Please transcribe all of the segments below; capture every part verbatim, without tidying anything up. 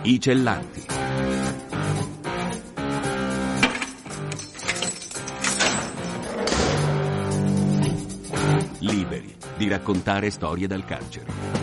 I Cellanti. Liberi di raccontare storie dal carcere.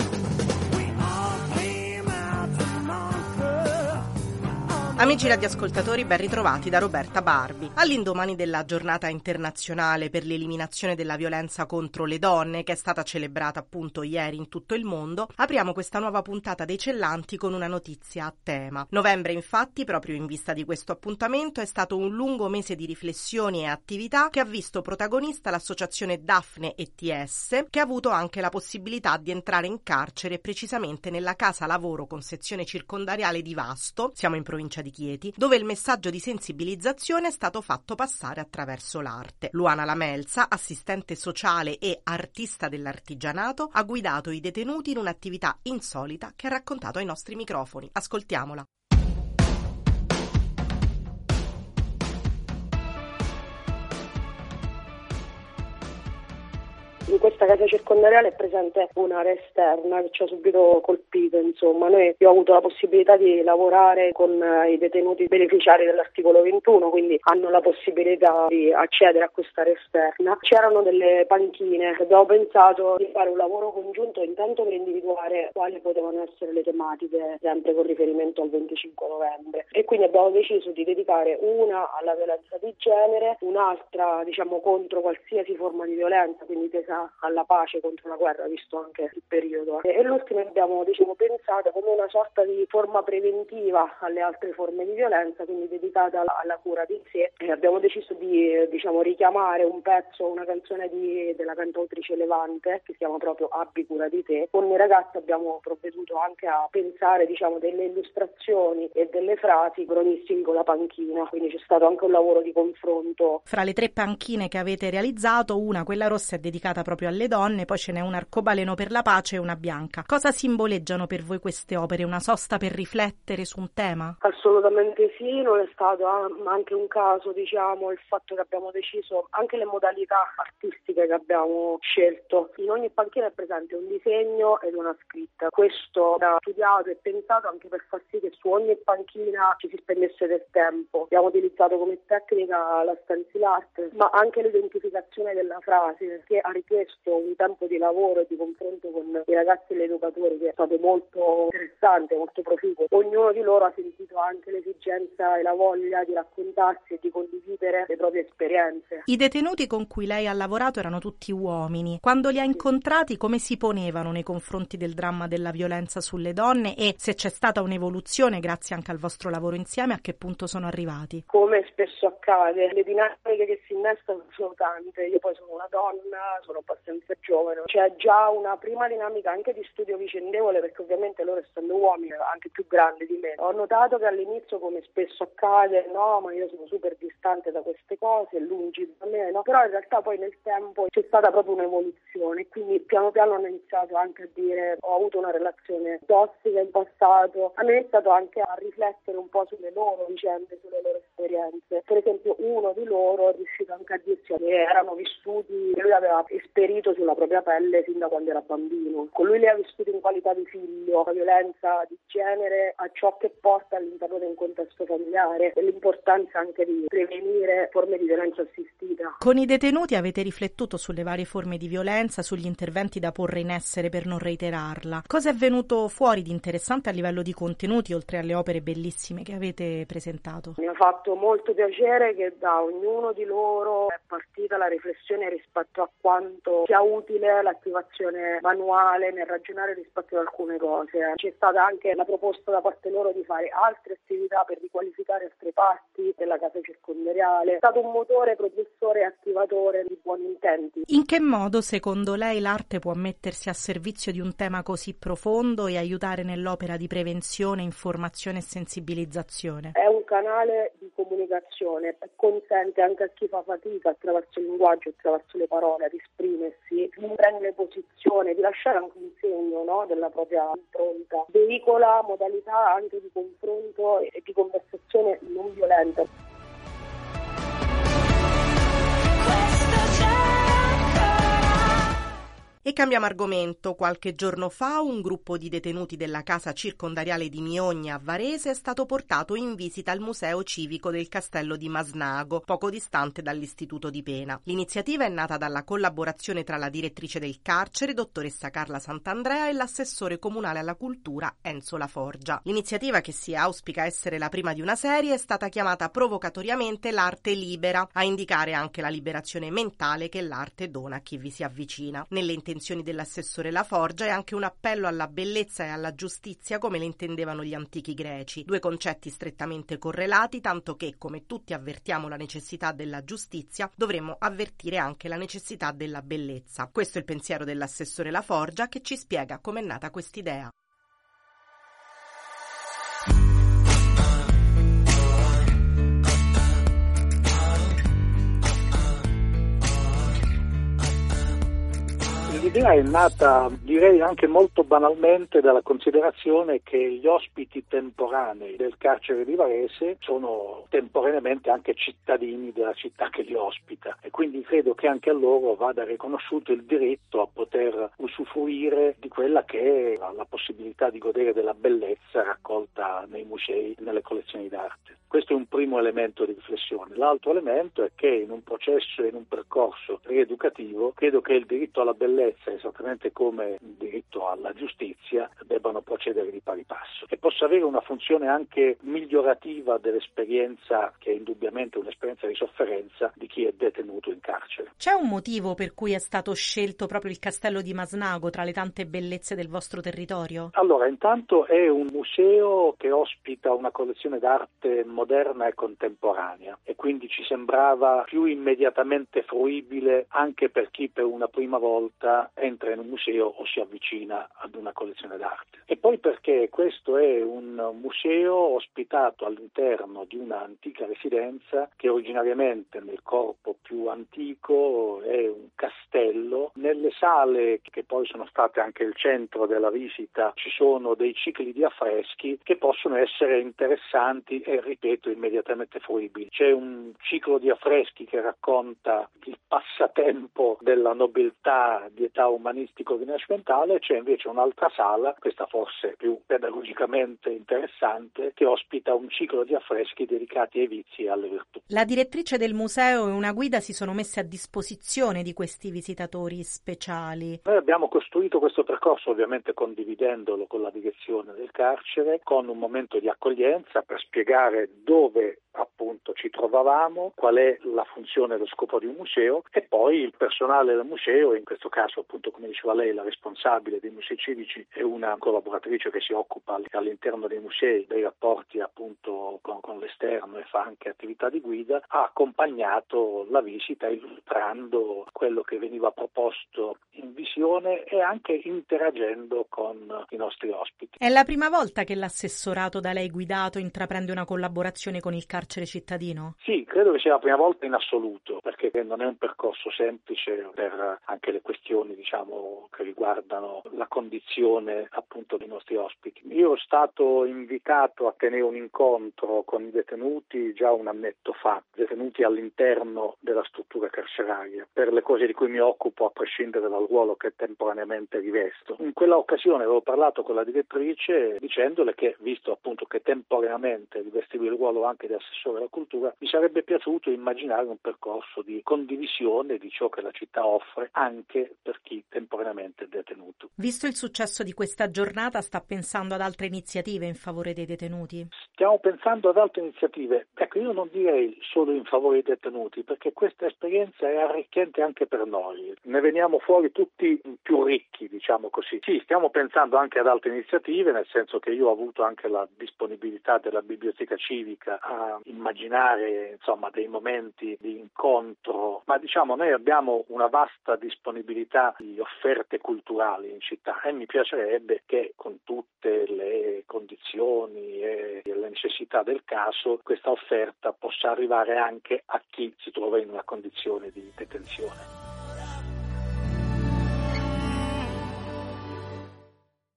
Amici radioascoltatori, ben ritrovati da Roberta Barbi. All'indomani della giornata internazionale per l'eliminazione della violenza contro le donne, che è stata celebrata appunto ieri in tutto il mondo, apriamo questa nuova puntata dei Cellanti con una notizia a tema. Novembre, infatti, proprio in vista di questo appuntamento, è stato un lungo mese di riflessioni e attività che ha visto protagonista l'associazione Daphne E T S, che ha avuto anche la possibilità di entrare in carcere, precisamente nella casa lavoro con sezione circondariale di Vasto, siamo in provincia di Chieti, dove il messaggio di sensibilizzazione è stato fatto passare attraverso l'arte. Luana Lamelsa, assistente sociale e artista dell'artigianato, ha guidato i detenuti in un'attività insolita che ha raccontato ai nostri microfoni. Ascoltiamola. In questa casa circondariale è presente un'area esterna che ci ha subito colpito, insomma. Noi io ho avuto la possibilità di lavorare con i detenuti beneficiari dell'articolo ventuno, quindi hanno la possibilità di accedere a quest'area esterna. C'erano delle panchine, abbiamo pensato di fare un lavoro congiunto intanto per individuare quali potevano essere le tematiche, sempre con riferimento al venticinque novembre, e quindi abbiamo deciso di dedicare una alla violenza di genere, un'altra diciamo contro qualsiasi forma di violenza, quindi tesa alla pace, contro la guerra, visto anche il periodo, e l'ultima abbiamo diciamo pensato come una sorta di forma preventiva alle altre forme di violenza, quindi dedicata alla, alla cura di sé. E abbiamo deciso di diciamo richiamare un pezzo, una canzone di, della cantautrice Levante che si chiama proprio Abbi cura di te. Con i ragazzi abbiamo provveduto anche a pensare diciamo delle illustrazioni e delle frasi per ogni singola panchina, quindi c'è stato anche un lavoro di confronto. Fra le tre panchine che avete realizzato, una, quella rossa, è dedicata proprio alle donne, poi ce n'è un arcobaleno per la pace e una bianca. Cosa simboleggiano per voi queste opere? Una sosta per riflettere su un tema? Assolutamente sì, non è stato anche un caso diciamo il fatto che abbiamo deciso anche le modalità artistiche che abbiamo scelto. In ogni panchina è presente un disegno ed una scritta. Questo era studiato e pensato anche per far sì che su ogni panchina ci si spendesse del tempo. Abbiamo utilizzato come tecnica la stencil art, ma anche l'identificazione della frase, perché ha richiesto un tempo di lavoro e di confronto con i ragazzi e gli educatori che è stato molto interessante, molto proficuo. Ognuno di loro ha sentito anche l'esigenza e la voglia di raccontarsi e di condividere le proprie esperienze. I detenuti con cui lei ha lavorato erano tutti uomini. Quando li ha incontrati, come si ponevano nei confronti del dramma della violenza sulle donne, e se c'è stata un'evoluzione grazie anche al vostro lavoro insieme, a che punto sono arrivati? Come spesso accade, le dinamiche che si innestano sono tante. Io poi sono una donna, sono abbastanza giovane, c'è già una prima dinamica anche di studio vicendevole, perché ovviamente loro, essendo uomini anche più grandi di me, ho notato che all'inizio, come spesso accade, no ma io sono super distante da queste cose, lungi da me, no, però in realtà poi nel tempo c'è stata proprio un'evoluzione e quindi piano piano hanno iniziato anche a dire ho avuto una relazione tossica in passato, hanno iniziato anche a riflettere un po' sulle loro vicende, sulle loro esperienze. Per esempio uno di loro è riuscito anche a dirci che erano vissuti, lui aveva esperito sulla propria pelle sin da quando era bambino. Con lui le ha vissuto in qualità di figlio la violenza di genere, a ciò che porta all'interno di un contesto familiare, e l'importanza anche di prevenire forme di violenza assistita. Con i detenuti avete riflettuto sulle varie forme di violenza, sugli interventi da porre in essere per non reiterarla. Cosa è venuto fuori di interessante a livello di contenuti, oltre alle opere bellissime che avete presentato? Mi ha fatto molto piacere che da ognuno di loro è partita la riflessione rispetto a quanto sia utile l'attivazione manuale nel ragionare rispetto ad alcune cose. C'è stata anche la proposta da parte loro di fare altre attività per riqualificare altre parti della casa circondariale. È stato un motore propulsore e attivatore di buoni intenti. In che modo, secondo lei, l'arte può mettersi a servizio di un tema così profondo e aiutare nell'opera di prevenzione, informazione e sensibilizzazione? È un canale di comunicazione e consente anche a chi fa fatica attraverso il linguaggio, attraverso le parole, ad esprimersi, di prendere posizione, di lasciare anche un segno, no, della propria impronta. Veicola modalità anche di confronto e di conversazione non violenta. E E cambiamo argomento. Qualche giorno fa un gruppo di detenuti della casa circondariale di Miogna a Varese è stato portato in visita al Museo Civico del Castello di Masnago, poco distante dall'istituto di pena. L'iniziativa è nata dalla collaborazione tra la direttrice del carcere, dottoressa Carla Sant'Andrea, e l'assessore comunale alla cultura Enzo Laforgia. L'iniziativa, che si auspica essere la prima di una serie, è stata chiamata provocatoriamente l'arte libera, a indicare anche la liberazione mentale che l'arte dona a chi vi si avvicina. Nelle intenzioni dell'assessore Laforgia è anche un appello alla bellezza e alla giustizia come le intendevano gli antichi greci, due concetti strettamente correlati, tanto che, come tutti avvertiamo la necessità della giustizia, dovremmo avvertire anche la necessità della bellezza. Questo è il pensiero dell'assessore Laforgia, che ci spiega com'è nata quest'idea. L'idea è nata, direi anche molto banalmente, dalla considerazione che gli ospiti temporanei del carcere di Varese sono temporaneamente anche cittadini della città che li ospita, e quindi credo che anche a loro vada riconosciuto il diritto a poter usufruire di quella che è la possibilità di godere della bellezza raccolta nei musei e nelle collezioni d'arte. Questo è un primo elemento di riflessione. L'altro elemento è che in un processo e in un percorso rieducativo credo che il diritto alla bellezza, esattamente come il diritto alla giustizia, debbano procedere di pari passo e possa avere una funzione anche migliorativa dell'esperienza, che è indubbiamente un'esperienza di sofferenza di chi è detenuto in carcere. C'è un motivo per cui è stato scelto proprio il Castello di Masnago tra le tante bellezze del vostro territorio? Allora, intanto è un museo che ospita una collezione d'arte moderna e contemporanea, e quindi ci sembrava più immediatamente fruibile anche per chi per una prima volta entra in un museo o si avvicina ad una collezione d'arte. E poi perché questo è un museo ospitato all'interno di una antica residenza che originariamente nel corpo più antico è un castello. Nelle sale, che poi sono state anche il centro della visita, ci sono dei cicli di affreschi che possono essere interessanti e, ripeto, immediatamente fruibili. C'è un ciclo di affreschi che racconta il passatempo della nobiltà di età umanistico-rinascimentale, c'è invece un'altra sala, questa forse più pedagogicamente interessante, che ospita un ciclo di affreschi dedicati ai vizi e alle virtù. La direttrice del museo e una guida si sono messe a disposizione di questi visitatori speciali. Noi abbiamo costruito questo percorso ovviamente condividendolo con la direzione del carcere, con un momento di accoglienza per spiegare dove appunto ci trovavamo, qual è la funzione e lo scopo di un museo, e poi il personale del museo, in questo caso appunto come diceva lei la responsabile dei musei civici è una collaboratrice che si occupa all'interno dei musei dei rapporti appunto con, con l'esterno e fa anche attività di guida, ha accompagnato la visita illustrando quello che veniva proposto in visione e anche interagendo con i nostri ospiti. È la prima volta che l'assessorato da lei guidato intraprende una collaborazione con il carcere cittadino? Sì, credo che sia la prima volta in assoluto, perché non è un percorso semplice per anche le questioni, diciamo, che riguardano la condizione appunto dei nostri ospiti. Io ero stato invitato a tenere un incontro con i detenuti già un annetto fa, detenuti all'interno della struttura carceraria, per le cose di cui mi occupo a prescindere dal ruolo che temporaneamente rivesto. In quella occasione avevo parlato con la direttrice dicendole che, visto appunto che temporaneamente rivestivo il ruolo anche di assessore alla cultura, mi sarebbe piaciuto immaginare un percorso di condivisione di ciò che la città offre anche per chi temporaneamente è detenuto. Visto il successo di questa giornata, sta pensando ad altre iniziative in favore dei detenuti? Stiamo pensando ad altre iniziative. Ecco, io non direi solo in favore dei detenuti, perché questa esperienza è arricchente anche per noi. Ne veniamo fuori tutti più ricchi, diciamo così. Sì, stiamo pensando anche ad altre iniziative, nel senso che io ho avuto anche la disponibilità della biblioteca civica a immaginare, insomma, dei momenti di incontro, ma diciamo noi abbiamo una vasta disponibilità di offerte culturali in città e mi piacerebbe che con tutte le condizioni e le necessità del caso questa offerta possa arrivare anche a chi si trova in una condizione di detenzione.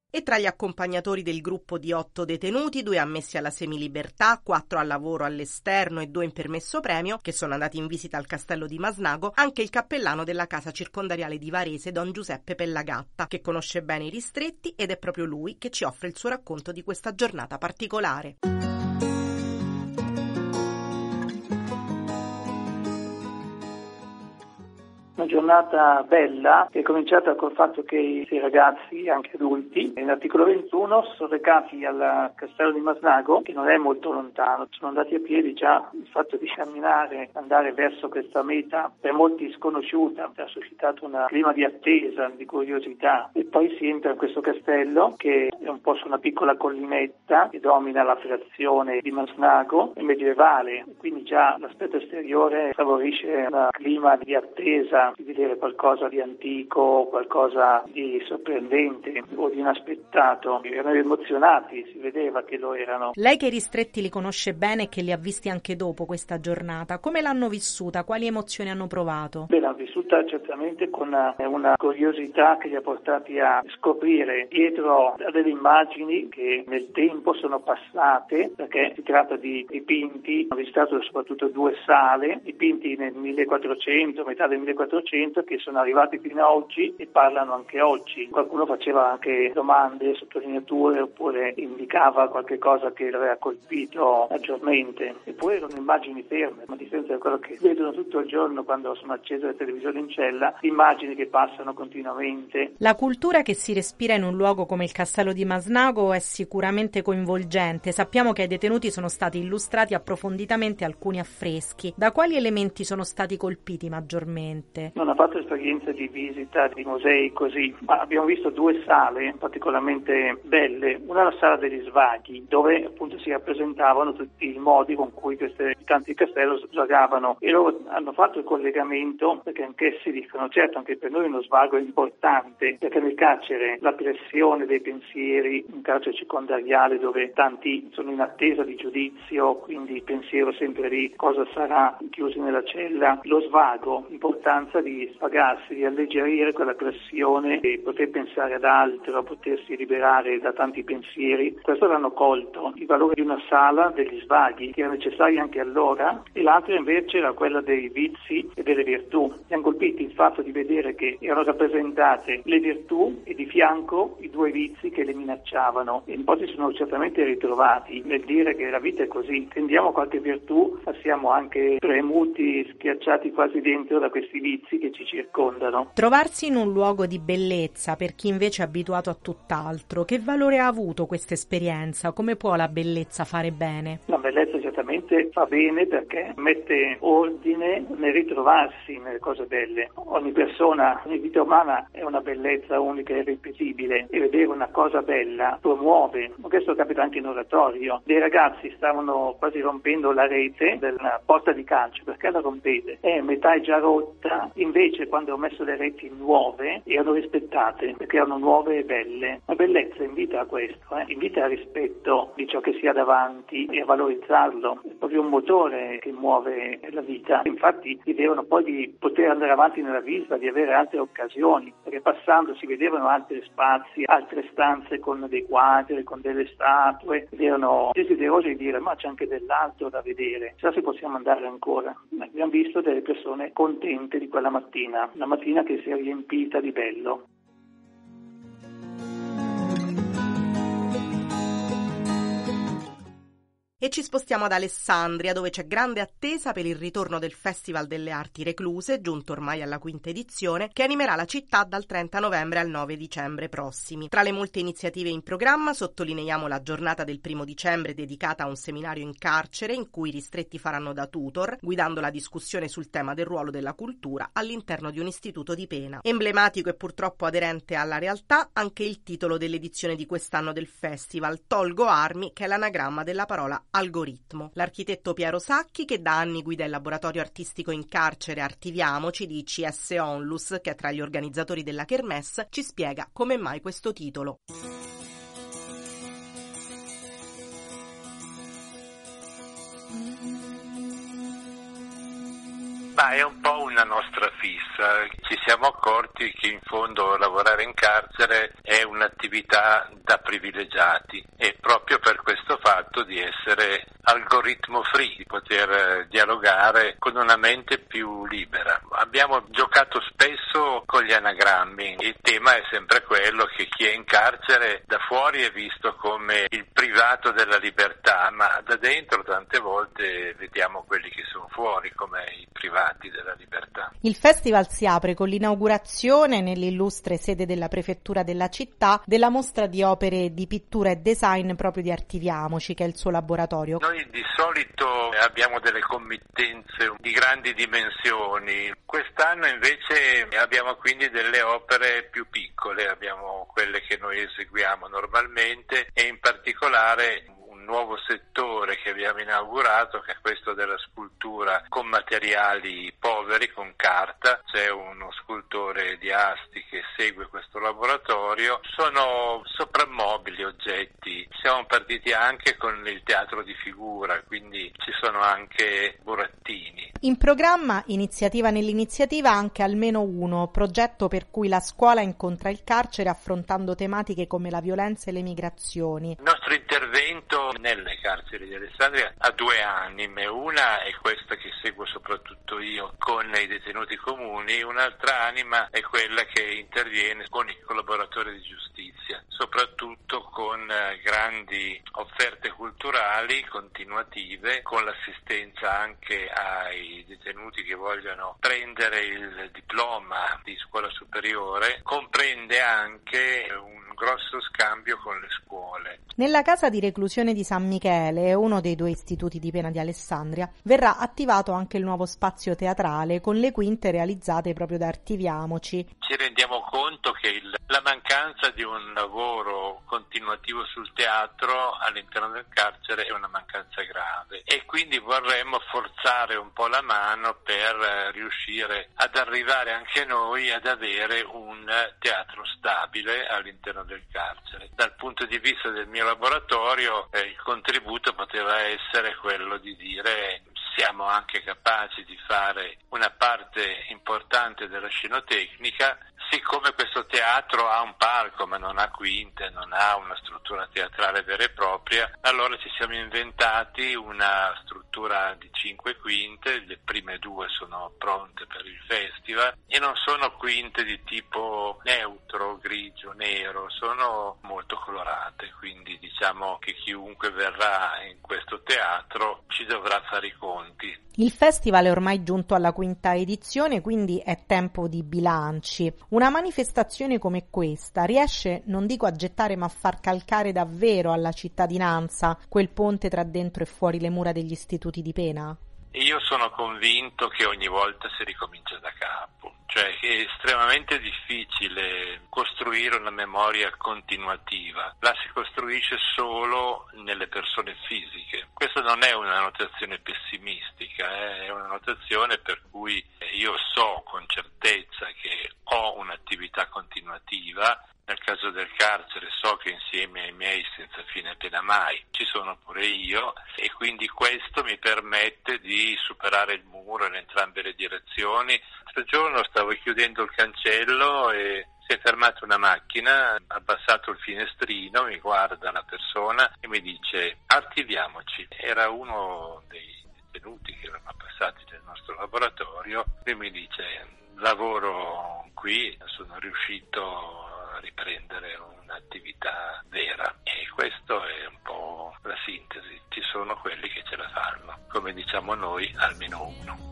E tra gli accompagnatori del gruppo di otto detenuti, due ammessi alla semilibertà, quattro al lavoro all'esterno e due in permesso premio, che sono andati in visita al castello di Masnago, anche il cappellano della casa circondariale di Varese, don Giuseppe Pellagatta, che conosce bene i ristretti ed è proprio lui che ci offre il suo racconto di questa giornata particolare. Una giornata bella che è cominciata col fatto che i sei ragazzi, anche adulti, nell'articolo ventuno sono recati al castello di Masnago, che non è molto lontano, sono andati a piedi. Già il fatto di camminare, andare verso questa meta per molti sconosciuta, ha suscitato un clima di attesa, di curiosità, e poi si entra in questo castello che è un po' su una piccola collinetta che domina la frazione di Masnago, è medievale, quindi già l'aspetto esteriore favorisce un clima di attesa, di vedere qualcosa di antico, qualcosa di sorprendente o di inaspettato. Erano emozionati, si vedeva che lo erano. Lei che i ristretti li conosce bene e che li ha visti anche dopo questa giornata, come l'hanno vissuta? Quali emozioni hanno provato? Beh, l'hanno vissuta certamente con una, una curiosità che li ha portati a scoprire dietro a delle immagini che nel tempo sono passate, perché si tratta di dipinti. Ho visitato soprattutto due sale, dipinti nel millequattrocento, metà del millequattrocento, che sono arrivati fino a oggi e parlano anche oggi. Qualcuno faceva anche domande, sottolineature, oppure indicava qualche cosa che l'aveva colpito maggiormente. Eppure erano immagini ferme, a differenza di quello che vedono tutto il giorno quando sono accese le televisioni in cella, immagini che passano continuamente. La cultura che si respira in un luogo come il castello di Masnago è sicuramente coinvolgente. Sappiamo che ai detenuti sono stati illustrati approfonditamente alcuni affreschi. Da quali elementi sono stati colpiti maggiormente? Non ho fatto esperienza di visita di musei così, ma abbiamo visto due sale particolarmente belle. Una è la sala degli svaghi, dove appunto si rappresentavano tutti i modi con cui questi abitanti di castello giocavano, e loro hanno fatto il collegamento, perché anch'essi dicono: certo, anche per noi uno svago è importante, perché nel carcere la pressione dei pensieri, un carcere circondariale dove tanti sono in attesa di giudizio, quindi il pensiero sempre lì cosa sarà, chiusi nella cella. Lo svago, importanza di svagarsi, di alleggerire quella pressione e poter pensare ad altro, potersi liberare da tanti pensieri. Questo l'hanno colto, il valore di una sala degli svaghi, che era necessaria anche allora, e l'altra invece era quella dei vizi e delle virtù. Mi hanno colpito il fatto di vedere che erano rappresentate le virtù e di fianco i due vizi che le minacciavano, e un po' si sono certamente ritrovati nel dire che la vita è così, tendiamo qualche virtù, ma siamo anche premuti, schiacciati quasi dentro da questi vizi che ci circondano. Trovarsi in un luogo di bellezza per chi invece è abituato a tutt'altro, che valore ha avuto questa esperienza? Come può la bellezza fare bene? La bellezza certamente fa bene perché mette ordine nel ritrovarsi nelle cose belle. Ogni persona, ogni vita umana è una bellezza unica e irripetibile, e vedere una cosa bella promuove. Questo capita anche in oratorio. Dei ragazzi stavano quasi rompendo la rete della porta di calcio. Perché la rompete? Eh, metà è già rotta. Invece quando ho messo le reti nuove erano rispettate, perché erano nuove e belle. La bellezza invita a questo, eh? invita al rispetto di ciò che si ha davanti e a valorizzarlo. È proprio un motore che muove la vita. Infatti chiedevano poi di poter andare avanti nella visita, di avere altre occasioni, perché passando si vedevano altri spazi, altre stanze con dei quadri, con delle statue, ed erano desiderosi di dire: ma c'è anche dell'altro da vedere, chissà se possiamo andare ancora. Abbiamo visto delle persone contente di quella mattina, una mattina che si è riempita di bello. E ci spostiamo ad Alessandria, dove c'è grande attesa per il ritorno del Festival delle Arti Recluse, giunto ormai alla quinta edizione, che animerà la città dal trenta novembre al nove dicembre prossimi. Tra le molte iniziative in programma sottolineiamo la giornata del primo dicembre dedicata a un seminario in carcere in cui i ristretti faranno da tutor, guidando la discussione sul tema del ruolo della cultura all'interno di un istituto di pena. Emblematico e purtroppo aderente alla realtà anche il titolo dell'edizione di quest'anno del festival, Tolgo armi, che è l'anagramma della parola algoritmo. L'architetto Piero Sacchi, che da anni guida il laboratorio artistico in carcere Artiviamoci di C S Onlus, che è tra gli organizzatori della Kermesse, ci spiega come mai questo titolo. Ma è un po' una nostra fissa. Ci siamo accorti che in fondo lavorare in carcere è un'attività da privilegiati e proprio per questo fatto di essere algoritmo free, di poter dialogare con una mente più libera. Abbiamo giocato spesso con gli anagrammi. Il tema è sempre quello che chi è in carcere da fuori è visto come il privato della libertà, ma da dentro tante volte vediamo quelli che sono fuori come i privati della libertà. Il festival si apre con l'inaugurazione nell'illustre sede della prefettura della città della mostra di opere di pittura e design proprio di Artiviamoci, che è il suo laboratorio. Noi di solito abbiamo delle committenze di grandi dimensioni, quest'anno invece abbiamo quindi delle opere più piccole, abbiamo quelle che noi eseguiamo normalmente e in particolare un nuovo settore che abbiamo inaugurato, che è questo della scultura con materiali poveri, con carta. C'è uno scultore di Asti che segue questo laboratorio. Sono soprammobili, oggetti. Siamo partiti anche con il teatro di figura, quindi ci sono anche burattini. In programma, iniziativa nell'iniziativa, anche Almeno Uno, progetto per cui la scuola incontra il carcere affrontando tematiche come la violenza e le migrazioni. Il nostro intervento nelle carceri di Alessandria ha due anime. Una è questa che seguo soprattutto io con i detenuti comuni, un'altra anima è quella che interviene con i collaboratori di giustizia, soprattutto con grandi offerte culturali continuative, con l'assistenza anche ai detenuti che vogliono prendere il diploma di scuola superiore. Comprende anche un grosso scambio con le scuole. Nella casa di reclusione di San Michele, uno dei due istituti di pena di Alessandria, verrà attivato anche il nuovo spazio teatrale con le quinte realizzate proprio da Artiviamoci. Ci rendiamo conto che il, la mancanza di un lavoro continuativo sul teatro all'interno del carcere è una mancanza grave e quindi vorremmo forzare un po' la mano per riuscire ad arrivare anche noi ad avere un teatro stabile all'interno del carcere. Dal punto di vista del mio laboratorio eh, il contributo poteva essere quello di dire siamo anche capaci di fare una parte importante della scenotecnica. Siccome questo teatro ha un palco ma non ha quinte, non ha una struttura teatrale vera e propria, allora ci siamo inventati una struttura di cinque quinte, le prime due sono pronte per il festival e non sono quinte di tipo neutro, grigio, nero, sono molto colorate, quindi diciamo che chiunque verrà in questo teatro ci dovrà fare i conti. Il festival è ormai giunto alla quinta edizione, quindi è tempo di bilanci. Una manifestazione come questa riesce, non dico a gettare, ma a far calcare davvero alla cittadinanza quel ponte tra dentro e fuori le mura degli istituti di pena? Io sono convinto che ogni volta si ricomincia da capo, cioè che è estremamente difficile costruire una memoria continuativa, la si costruisce solo nelle persone fisiche. Questa non è una notazione pessimistica, eh? È una notazione per cui io so con certezza che ho un'attività continuativa. Nel caso del carcere so che insieme ai miei senza fine pena mai ci sono pure io e quindi questo mi permette di superare il muro in entrambe le direzioni. L'altro giorno stavo chiudendo il cancello e si è fermata una macchina, ha abbassato il finestrino, mi guarda la persona e mi dice Artiviamoci. Era uno dei detenuti che erano passati nel nostro laboratorio e mi dice lavoro qui, sono riuscito a riprendere un'attività vera e questo è un po' la sintesi. Ci sono quelli che ce la fanno, come diciamo noi, almeno uno.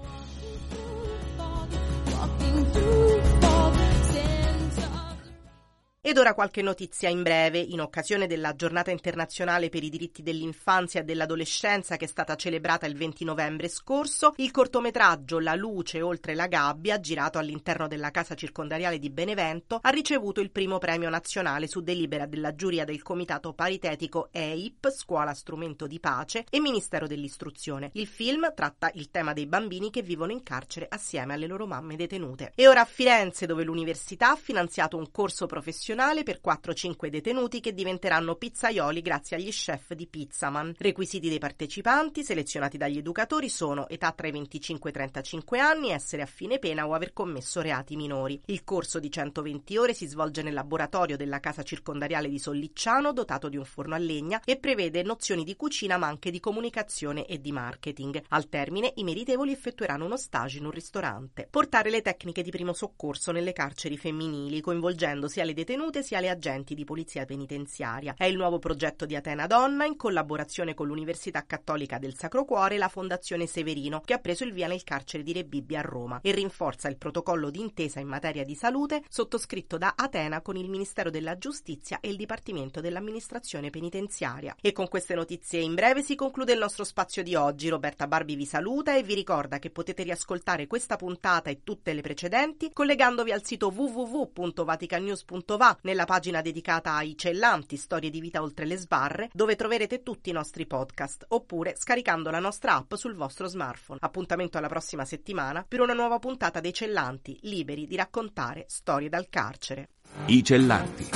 Ed ora qualche notizia in breve. In occasione della Giornata internazionale per i diritti dell'infanzia e dell'adolescenza che è stata celebrata il venti novembre scorso, il cortometraggio La luce oltre la gabbia, girato all'interno della casa circondariale di Benevento, ha ricevuto il primo premio nazionale su delibera della giuria del comitato paritetico E I P, Scuola Strumento di Pace e Ministero dell'Istruzione. Il film tratta il tema dei bambini che vivono in carcere assieme alle loro mamme detenute. E ora a Firenze, dove l'università ha finanziato un corso professionale internazionale per quattro cinque detenuti che diventeranno pizzaioli grazie agli chef di Pizzaman. Requisiti dei partecipanti, selezionati dagli educatori, sono età tra i venticinque e i trentacinque anni, essere a fine pena o aver commesso reati minori. Il corso di centoventi ore si svolge nel laboratorio della casa circondariale di Sollicciano, dotato di un forno a legna, e prevede nozioni di cucina ma anche di comunicazione e di marketing. Al termine i meritevoli effettueranno uno stage in un ristorante. Portare le tecniche di primo soccorso nelle carceri femminili, coinvolgendo sia le detenute sia le agenti di polizia penitenziaria. È il nuovo progetto di Atena Donna, in collaborazione con l'Università Cattolica del Sacro Cuore e la Fondazione Severino, che ha preso il via nel carcere di Rebibbia a Roma, e rinforza il protocollo d'intesa in materia di salute sottoscritto da Atena con il Ministero della Giustizia e il Dipartimento dell'Amministrazione Penitenziaria. E con queste notizie in breve si conclude il nostro spazio di oggi. Roberta Barbi vi saluta e vi ricorda che potete riascoltare questa puntata e tutte le precedenti collegandovi al sito w w w punto vatican news punto v a nella pagina dedicata ai cellanti, storie di vita oltre le sbarre, dove troverete tutti i nostri podcast, oppure scaricando la nostra app sul vostro smartphone. Appuntamento alla prossima settimana per una nuova puntata dei Cellanti, liberi di raccontare storie dal carcere. I Cellanti.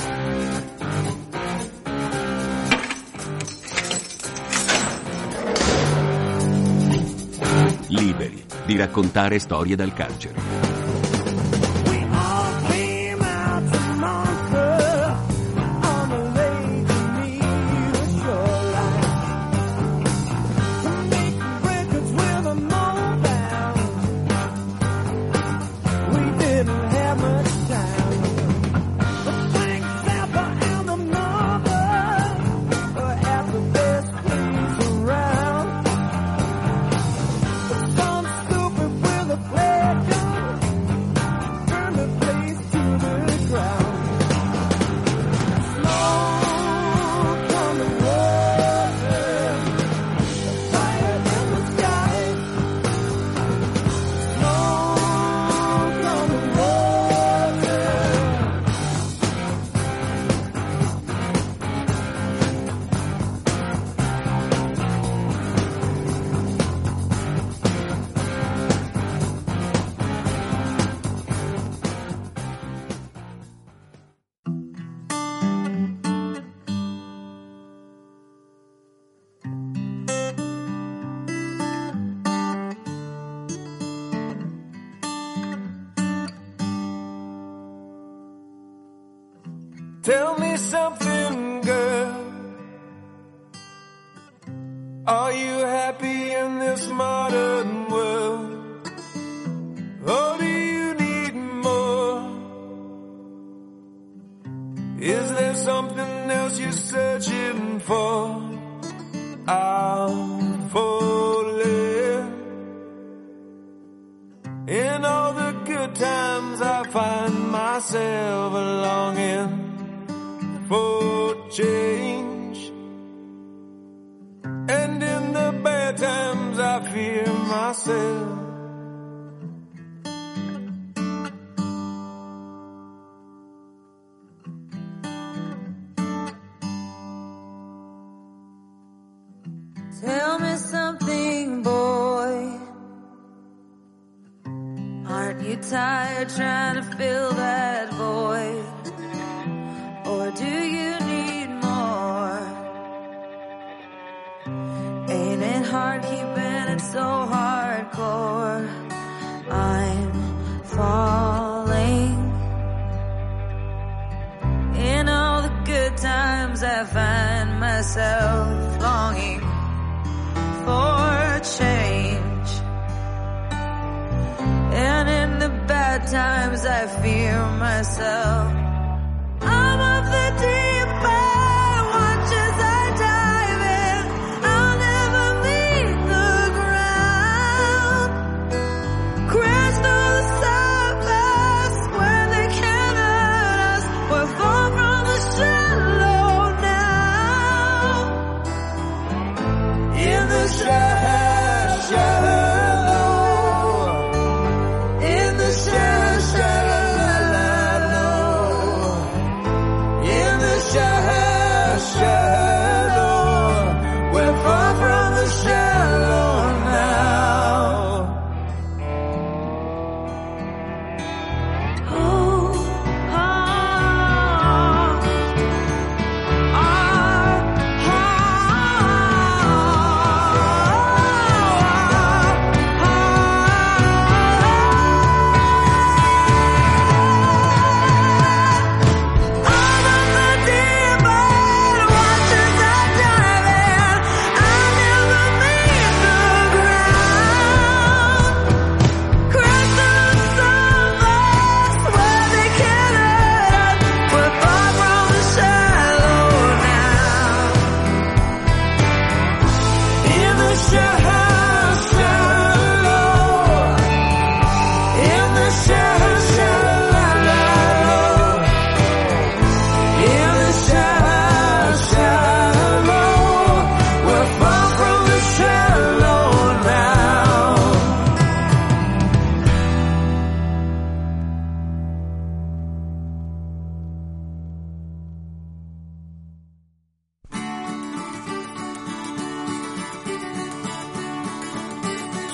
Liberi di raccontare storie dal carcere. Tell me something, girl. Are you happy in this modern world? Or do you need more? Is there something else you're searching for? I'm falling. In all the good times I find myself longing for change, and in the bad times I fear myself. Tell me something, boy. Aren't you tired trying to fill that void? Or do you need more? Ain't it hard keeping it so hardcore? I'm falling. In all the good times I find myself longing for change, and in the bad times I fear myself. I'm of the deep end, watch as I dive in. I'll never meet the ground. Crash through the surface where they can't hurt us. We're far from the shallow now. In the shallow, shallow, in the shallow, shallow.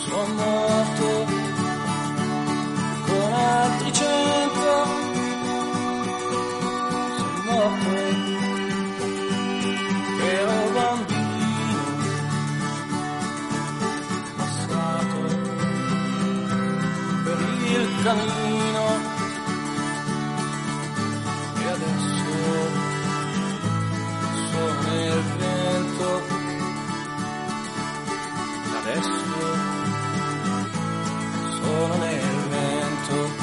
sono morto con altri cento, sono morto, ero bambino, passato per il cammino e adesso sono nel vento, adesso sono nel vento.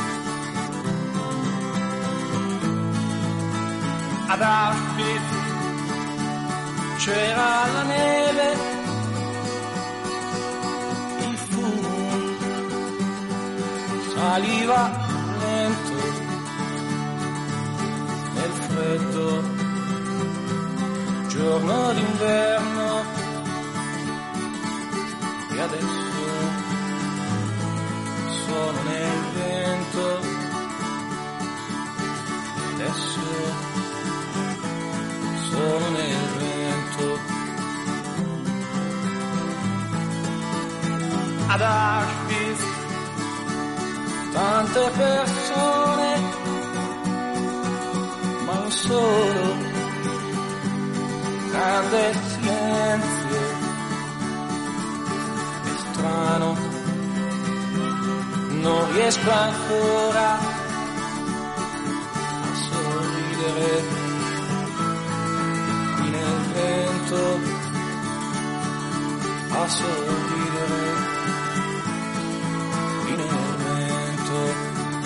Ad Auschwitz c'era la neve, il fumo saliva lento nel freddo giorno d'inverno e adesso sono nel vento, adesso sono nel vento. Ad Auschwitz tante persone, ma un solo grande silenzio, è strano, non riesco ancora a sorridere qui nel vento, a sorridere qui nel vento.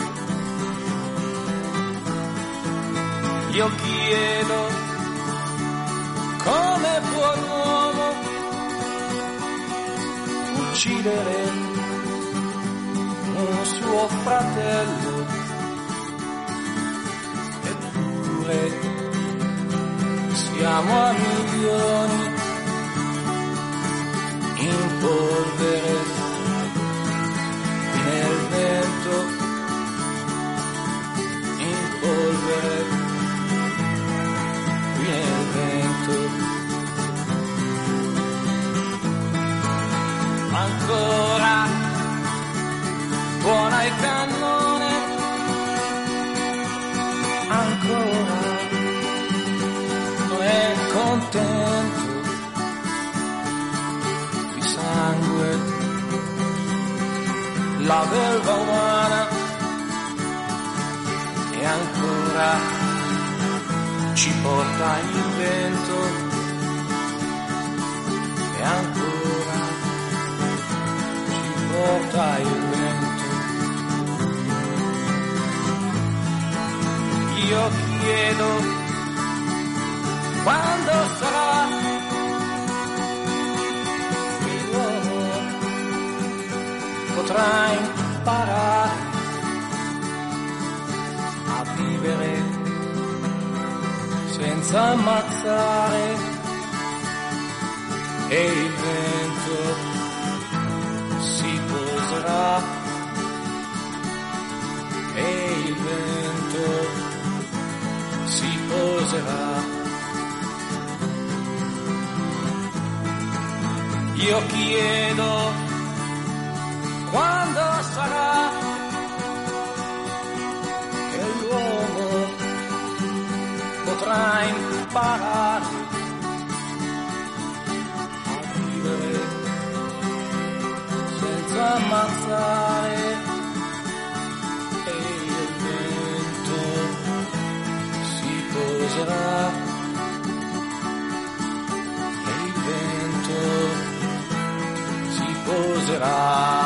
Io chiedo come può l'uomo uccidere un suo fratello, eppure siamo a milioni in polvere qui nel vento, in polvere qui nel vento. Ancora buona il cannone, ancora non è contento di sangue la belva umana e ancora ci porta il vento e ancora ci porta il vento. Io chiedo quando sarà che l'uomo potrà imparare a vivere senza ammazzare e il vento si poserà e il vento si poserà. Io chiedo quando sarà che l'uomo potrà imparare a vivere senza ammazzare e il vento si poserà e il vento si poserà.